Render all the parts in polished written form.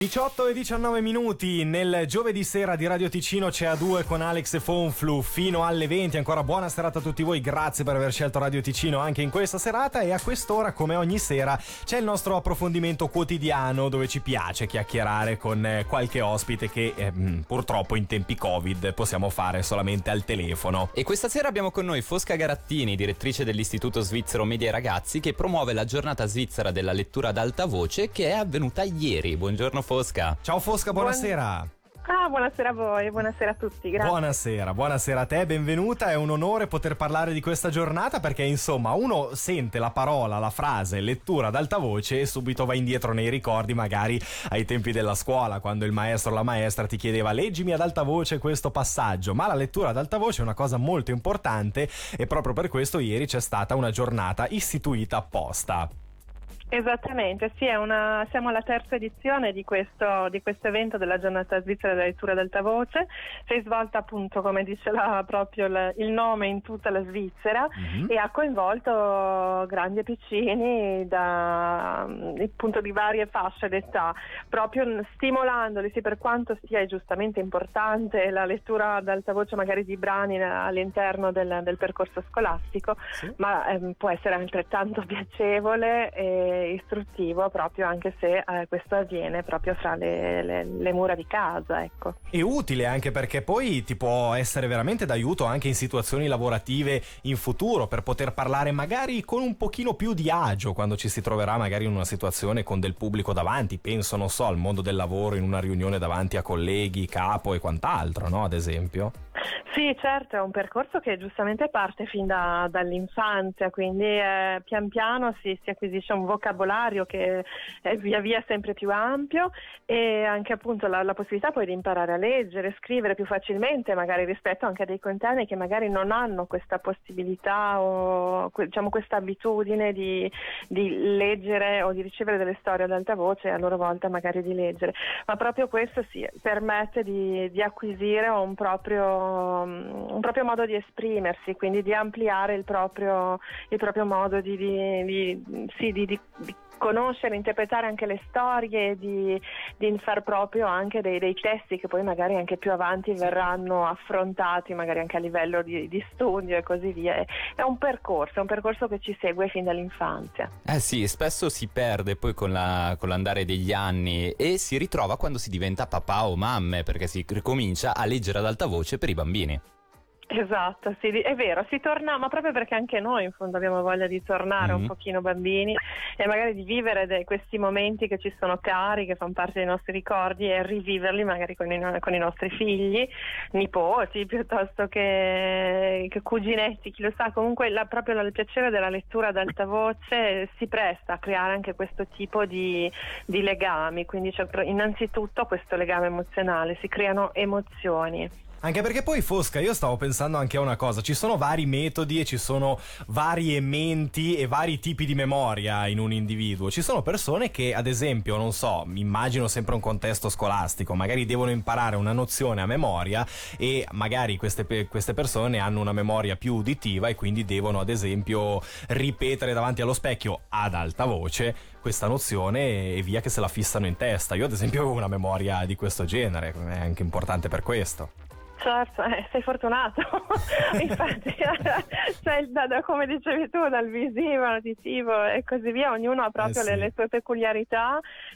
18 e 19 minuti nel giovedì sera di Radio Ticino. c'è A2 con Alex e Fonflu fino alle 20. Ancora buona serata a tutti voi, grazie per aver scelto Radio Ticino anche in questa serata. E a quest'ora, come ogni sera, c'è il nostro approfondimento quotidiano dove ci piace chiacchierare con qualche ospite che purtroppo in tempi Covid possiamo fare solamente al telefono. E questa sera abbiamo con noi Fosca Garattini, direttrice dell'Istituto Svizzero Media ai Ragazzi, che promuove la giornata svizzera della lettura ad alta voce che è avvenuta ieri. Buongiorno Fosca. Ciao Fosca, buonasera. Buonasera a voi, buonasera a tutti, grazie. Buonasera a te, benvenuta. È un onore poter parlare di questa giornata perché insomma uno sente la parola, la frase lettura ad alta voce e subito va indietro nei ricordi, magari ai tempi della scuola, quando il maestro o la maestra ti chiedeva leggimi ad alta voce questo passaggio. Ma la lettura ad alta voce è una cosa molto importante e proprio per questo ieri c'è stata una giornata istituita apposta. Esattamente, sì, siamo alla terza edizione di questo evento della giornata svizzera della lettura ad alta voce. Si è svolta appunto, come dice proprio il nome, in tutta la Svizzera e ha coinvolto grandi e piccini appunto di varie fasce d'età, proprio stimolandoli, sì, per quanto sia giustamente importante la lettura ad alta voce magari di brani all'interno del percorso scolastico, sì, ma può essere altrettanto piacevole e istruttivo, proprio anche se questo avviene proprio fra le mura di casa, ecco. E utile anche perché poi ti può essere veramente d'aiuto anche in situazioni lavorative in futuro, per poter parlare magari con un pochino più di agio quando ci si troverà magari in una situazione con del pubblico davanti. Penso, non so, al mondo del lavoro, in una riunione davanti a colleghi, capo e quant'altro, no? Ad esempio. Sì, certo, è un percorso che giustamente parte fin dall'infanzia, quindi pian piano si acquisisce un vocabolario che è via via sempre più ampio e anche appunto la possibilità poi di imparare a leggere, scrivere più facilmente, magari rispetto anche a dei coetanei che magari non hanno questa possibilità o diciamo questa abitudine di leggere o di ricevere delle storie ad alta voce e a loro volta magari di leggere, ma proprio questo sì, permette di acquisire un proprio modo di esprimersi, quindi di ampliare il proprio modo di conoscere, interpretare anche le storie, di far proprio anche dei testi che poi magari anche più avanti verranno affrontati, magari anche a livello di studio e così via. È un percorso che ci segue fin dall'infanzia. Sì, spesso si perde poi con l'andare degli anni e si ritrova quando si diventa papà o mamme, perché si ricomincia a leggere ad alta voce per i bambini. Esatto, sì, è vero, si torna, ma proprio perché anche noi in fondo abbiamo voglia di tornare un pochino bambini e magari di vivere questi momenti che ci sono cari, che fanno parte dei nostri ricordi e riviverli magari con i nostri figli, nipoti, piuttosto che cuginetti, chi lo sa. Comunque proprio il piacere della lettura ad alta voce si presta a creare anche questo tipo di legami, quindi c'è innanzitutto questo legame emozionale, si creano emozioni. Anche perché poi, Fosca, io stavo pensando anche a una cosa: ci sono vari metodi e ci sono varie menti e vari tipi di memoria in un individuo. Ci sono persone che, ad esempio, non so, immagino sempre un contesto scolastico, magari devono imparare una nozione a memoria e magari queste persone hanno una memoria più uditiva e quindi devono, ad esempio, ripetere davanti allo specchio ad alta voce questa nozione e via che se la fissano in testa. Io, ad esempio, avevo una memoria di questo genere, è anche importante per questo. Certo, sei fortunato. Infatti, cioè, come dicevi tu, dal visivo all'uditivo e così via, ognuno ha proprio sì, le sue peculiarità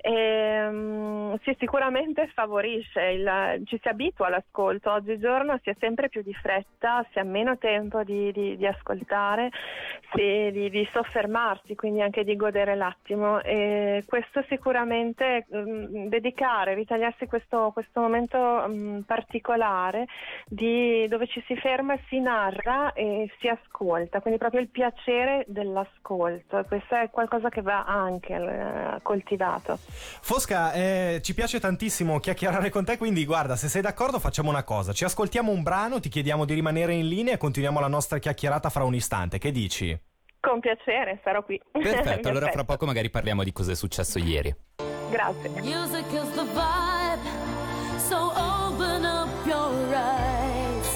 e sì, sicuramente favorisce, ci si abitua all'ascolto. Oggigiorno si è sempre più di fretta, si ha meno tempo di ascoltare, di soffermarsi, quindi anche di godere l'attimo, e questo sicuramente ritagliarsi questo momento particolare dove ci si ferma, si narra e si ascolta, quindi proprio il piacere dell'ascolto. Questo è qualcosa che va anche coltivato. Fosca, ci piace tantissimo chiacchierare con te, quindi guarda, se sei d'accordo facciamo una cosa: ci ascoltiamo un brano, ti chiediamo di rimanere in linea e continuiamo la nostra chiacchierata fra un istante. Che dici? Con piacere, sarò qui. Perfetto, allora fra poco magari parliamo di cosa è successo ieri. Grazie. Music is the vibe, so open up your eyes.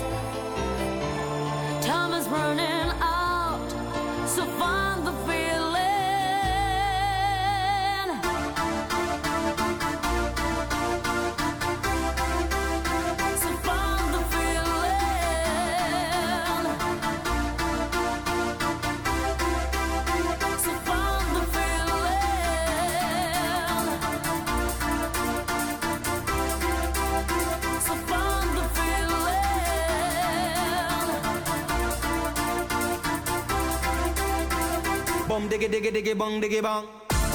Time is running out, so find the feeling. Bum diggy diggy diggy bong diggy bong.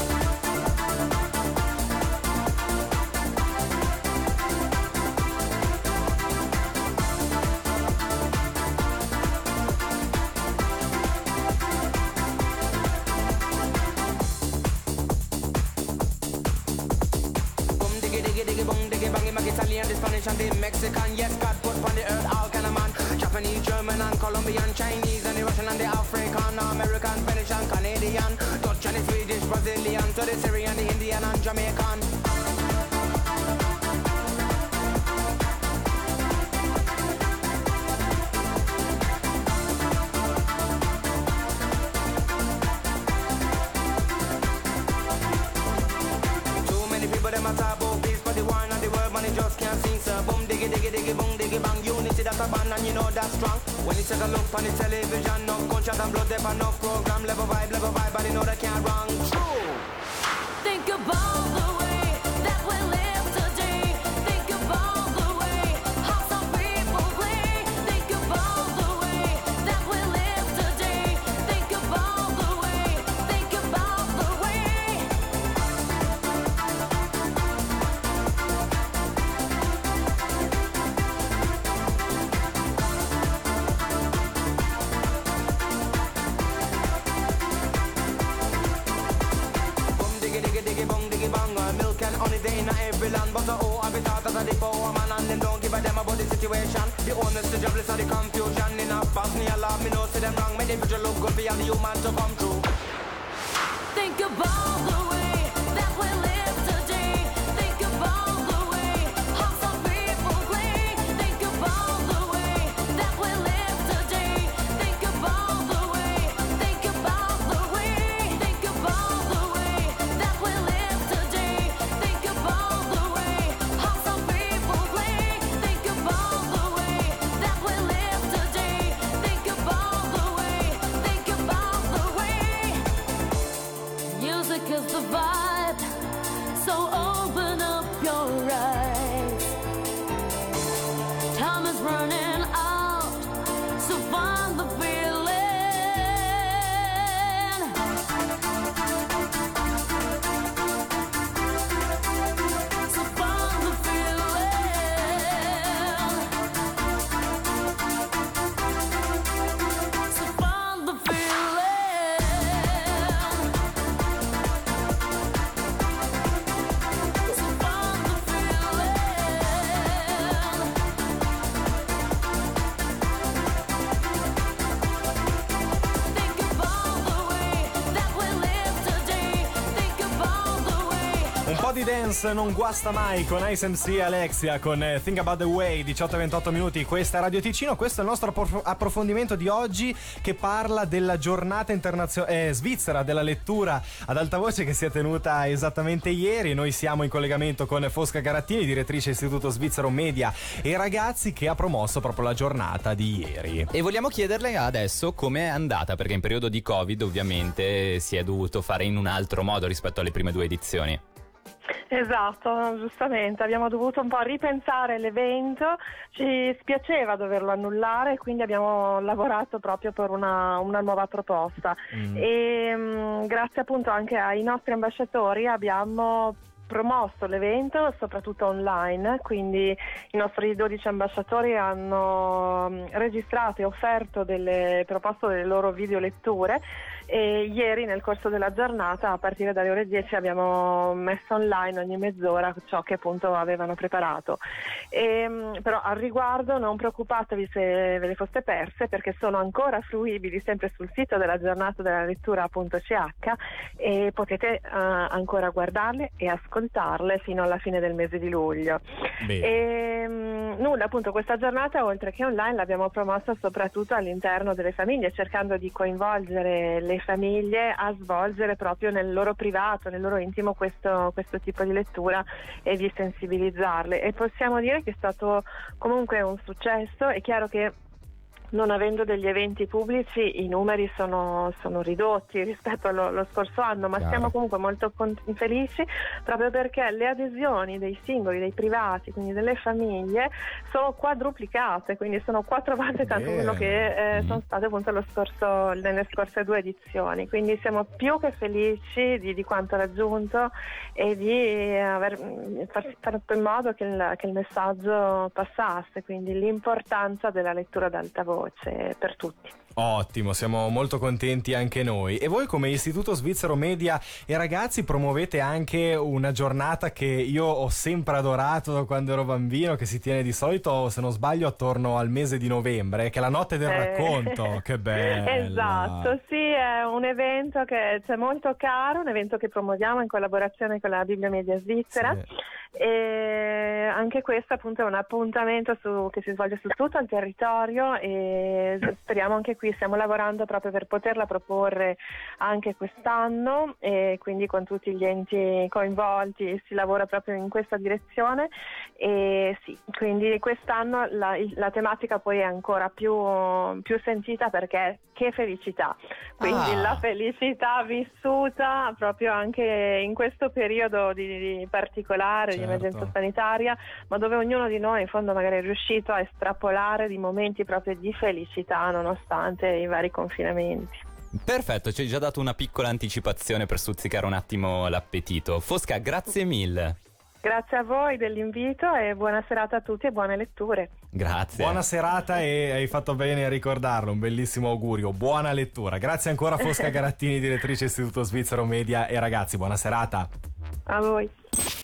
Italian, the Spanish and the Mexican. Yes, God put on the earth all kind of man. Japanese, German and Colombian, Chinese and the Russian and the African, American, Venetian, Canadian, Dutch and the Swedish, Brazilian, to the Syrian, the Indian and Jamaican. Too many people them a talk about peace, but the war and the world money just can't sing. So boom diggy diggy diggy boom diggy bang. Unity that's a band and you know that's strong. When you take a look on the television, no gunshot and blood, there are no program. Level vibe, but you know they can't wrong. True. Think about the way that we live today. Think about the way how some people play. Think about the way that we live today. Think about the way. Think about the way. Milk and honey they in every land. But oh, I be thought as a the power man, and them don't give a damn about the situation. The owners, the jobless, and the confusion. In a Bosnia love, me know see them wrong. Make the future look good for all the human to come true. Think about the way that we live today. Think about the way how some people play. Think about the way that we live today. Think about the way. Think about the way. Think about the way that we live today. Think about the way how some people play. Think about the way that we live today. Think about the way. Think about the way. Music is the vibe, so open up your eyes. Time is running out, so find the feeling. So find the feeling. So find the feeling. So find the feeling. Think about the way that we live today. Think about the way. Un po' di dance non guasta mai con Ice MC e Alexia con Think About The Way, 18-28 minuti, questa è Radio Ticino. Questo è il nostro approfondimento di oggi, che parla della giornata svizzera della lettura ad alta voce che si è tenuta esattamente ieri. Noi siamo in collegamento con Fosca Garattini, direttrice Istituto Svizzero Media e Ragazzi, che ha promosso proprio la giornata di ieri. E vogliamo chiederle adesso com'è andata, perché in periodo di Covid ovviamente si è dovuto fare in un altro modo rispetto alle prime due edizioni. Esatto, giustamente, abbiamo dovuto un po' ripensare l'evento, ci spiaceva doverlo annullare, quindi abbiamo lavorato proprio per una nuova proposta e grazie appunto anche ai nostri ambasciatori abbiamo promosso l'evento soprattutto online, quindi i nostri 12 ambasciatori hanno registrato e offerto proposto delle loro videoletture e ieri nel corso della giornata a partire dalle ore 10 abbiamo messo online ogni mezz'ora ciò che appunto avevano preparato. Però al riguardo non preoccupatevi se ve le foste perse, perché sono ancora fruibili sempre sul sito della giornata della lettura.ch e potete ancora guardarle e ascoltarle fino alla fine del mese di luglio. Nulla, appunto questa giornata oltre che online l'abbiamo promossa soprattutto all'interno delle famiglie, cercando di coinvolgere le famiglie a svolgere proprio nel loro privato, nel loro intimo questo tipo di lettura e di sensibilizzarle, e possiamo dire che è stato comunque un successo. È chiaro che non avendo degli eventi pubblici, i numeri sono ridotti rispetto allo scorso anno, ma Chiaro. siamo comunque molto felici proprio perché le adesioni dei singoli, dei privati, quindi delle famiglie, sono quadruplicate, quindi sono 4 volte tanto quello che sono state appunto nelle scorse 2 edizioni. Quindi siamo più che felici di quanto raggiunto e di aver fatto in modo che il messaggio passasse, quindi l'importanza della lettura ad alta voce per tutti. Ottimo, siamo molto contenti anche noi. E voi come Istituto Svizzero Media e Ragazzi promuovete anche una giornata che io ho sempre adorato da quando ero bambino, che si tiene di solito, se non sbaglio, attorno al mese di novembre, che è la notte del racconto. Che bella! Esatto, sì, è un evento che c'è molto caro, un evento che promuoviamo in collaborazione con la Bibliomedia Svizzera. Sì. E anche questo appunto è un appuntamento che si svolge su tutto il territorio e speriamo anche qui, stiamo lavorando proprio per poterla proporre anche quest'anno e quindi con tutti gli enti coinvolti si lavora proprio in questa direzione e sì, quindi quest'anno la tematica poi è ancora più sentita perché che felicità, quindi la felicità vissuta proprio anche in questo periodo di particolare, di emergenza sanitaria, ma dove ognuno di noi in fondo magari è riuscito a estrapolare di momenti proprio di felicità nonostante i vari confinamenti. Perfetto, ci hai già dato una piccola anticipazione per stuzzicare un attimo l'appetito. Fosca, grazie mille. Grazie a voi dell'invito e buona serata a tutti e buone letture. Grazie. Buona serata e hai fatto bene a ricordarlo, un bellissimo augurio, buona lettura. Grazie ancora Fosca Garattini, direttrice Istituto Svizzero Media e Ragazzi, buona serata. A voi.